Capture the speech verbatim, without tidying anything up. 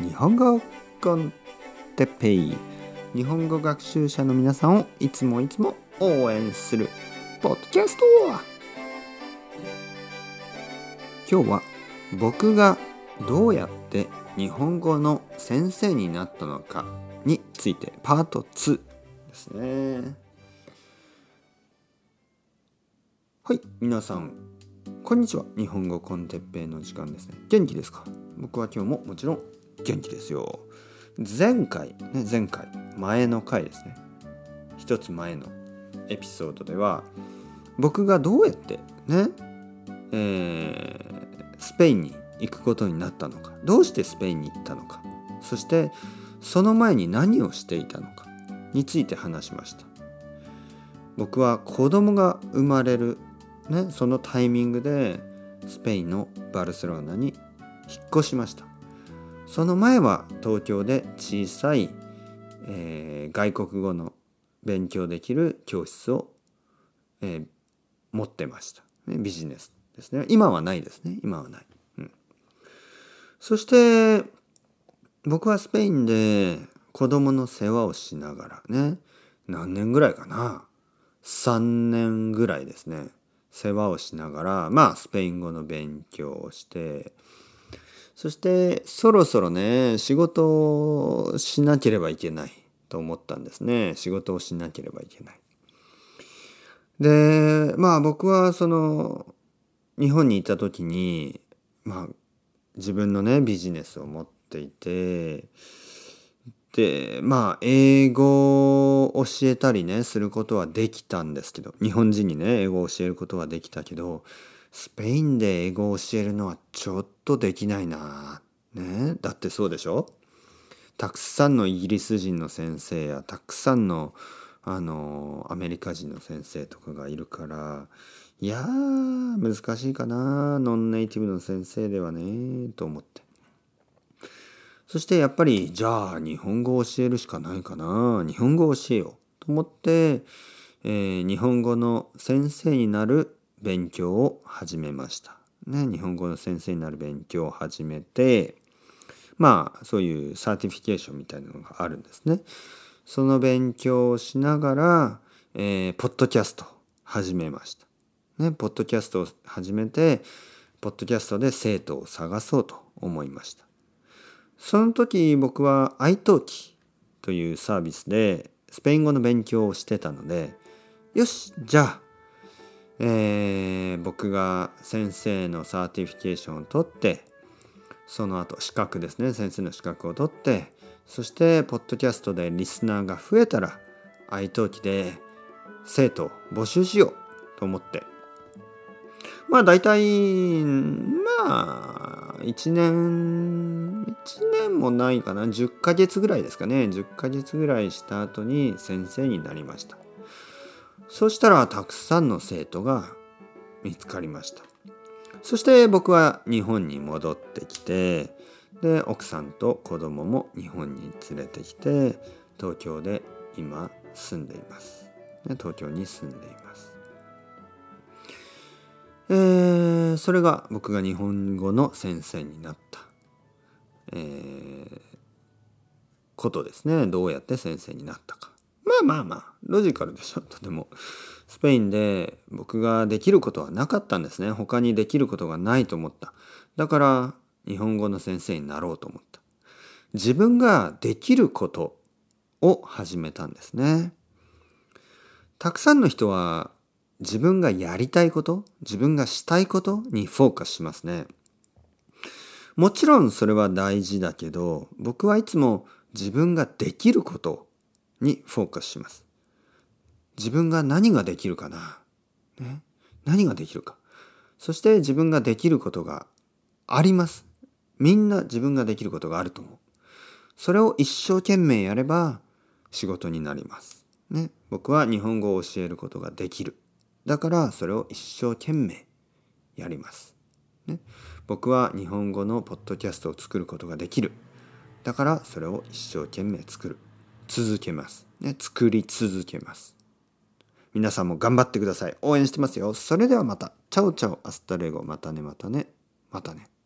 日本語コンテッペイ、日本語学習者の皆さんをいつもいつも応援するポッドキャスト。今日は僕がどうやって日本語の先生になったのかについてパートツーですね。はい、皆さんこんにちは。日本語コンテッペイの時間ですね。元気ですか？僕は今日ももちろん元気ですよ。前回ね、前回前の回ですね。一つ前のエピソードでは僕がどうやってね、えー、スペインに行くことになったのか、どうしてスペインに行ったのか、そしてその前に何をしていたのかについて話しました。僕は子供が生まれるね、そのタイミングでスペインのバルセロナに引っ越しました。その前は東京で小さい、えー、外国語の勉強できる教室を、えー、持ってました、ね、ビジネスですね。今はないですね。今はない、うん、そして僕はスペインで子供の世話をしながらね、何年ぐらいかな、さんねんぐらいですね、世話をしながら、まあスペイン語の勉強をして、そしてそろそろね、仕事をしなければいけないと思ったんですね。仕事をしなければいけない。で、まあ僕はその日本にいた時に、まあ自分のねビジネスを持っていて、でまあ英語を教えたりねすることはできたんですけど、日本人にね英語を教えることはできたけど、スペインで英語を教えるのはちょっとできないな、ね、だってそうでしょ。たくさんのイギリス人の先生やたくさんのあのアメリカ人の先生とかがいるから、いやー難しいかな、ノンネイティブの先生ではねと思って、そしてやっぱりじゃあ日本語を教えるしかないかな、日本語を教えようと思って、えー、日本語の先生になる勉強を始めました、ね、日本語の先生になる勉強を始めて、まあそういうサーティフィケーションみたいなのがあるんですね。その勉強をしながら、えー、ポッドキャストを始めました、ね、ポッドキャストを始めて、ポッドキャストで生徒を探そうと思いました。その時僕は アイトーキー というサービスでスペイン語の勉強をしてたので、よしじゃあ、えー、僕が先生のサーティフィケーションを取って、その後資格ですね、先生の資格を取って、そしてポッドキャストでリスナーが増えたら アイトーキー で生徒を募集しようと思って、まあ大体まあいちねんいちねんもないかな、じゅっかげつぐらいですかね、じゅっかげつぐらいした後に先生になりました。そしたらたくさんの生徒が見つかりました。そして僕は日本に戻ってきて、で奥さんと子供も日本に連れてきて、東京で今住んでいます。東京に住んでいます。えー、それが僕が日本語の先生になった、えー、ことですね。どうやって先生になったか。まあまあまあロジカルでしょ。とてもスペインで僕ができることはなかったんですね。他にできることがないと思った。だから日本語の先生になろうと思った。自分ができることを始めたんですね。たくさんの人は自分がやりたいこと、自分がしたいことにフォーカスしますね。もちろんそれは大事だけど、僕はいつも自分ができることにフォーカスします。自分が何ができるかな、ね、何ができるか。そして自分ができることがあります。みんな自分ができることがあると思う。それを一生懸命やれば仕事になります、ね、僕は日本語を教えることができる。だからそれを一生懸命やります、ね、僕は日本語のポッドキャストを作ることができる。だからそれを一生懸命作る。続けます、ね、作り続けます。皆さんも頑張ってください。応援してますよ。それではまた。チャオチャオアスタレゴ。またねまたねまたね。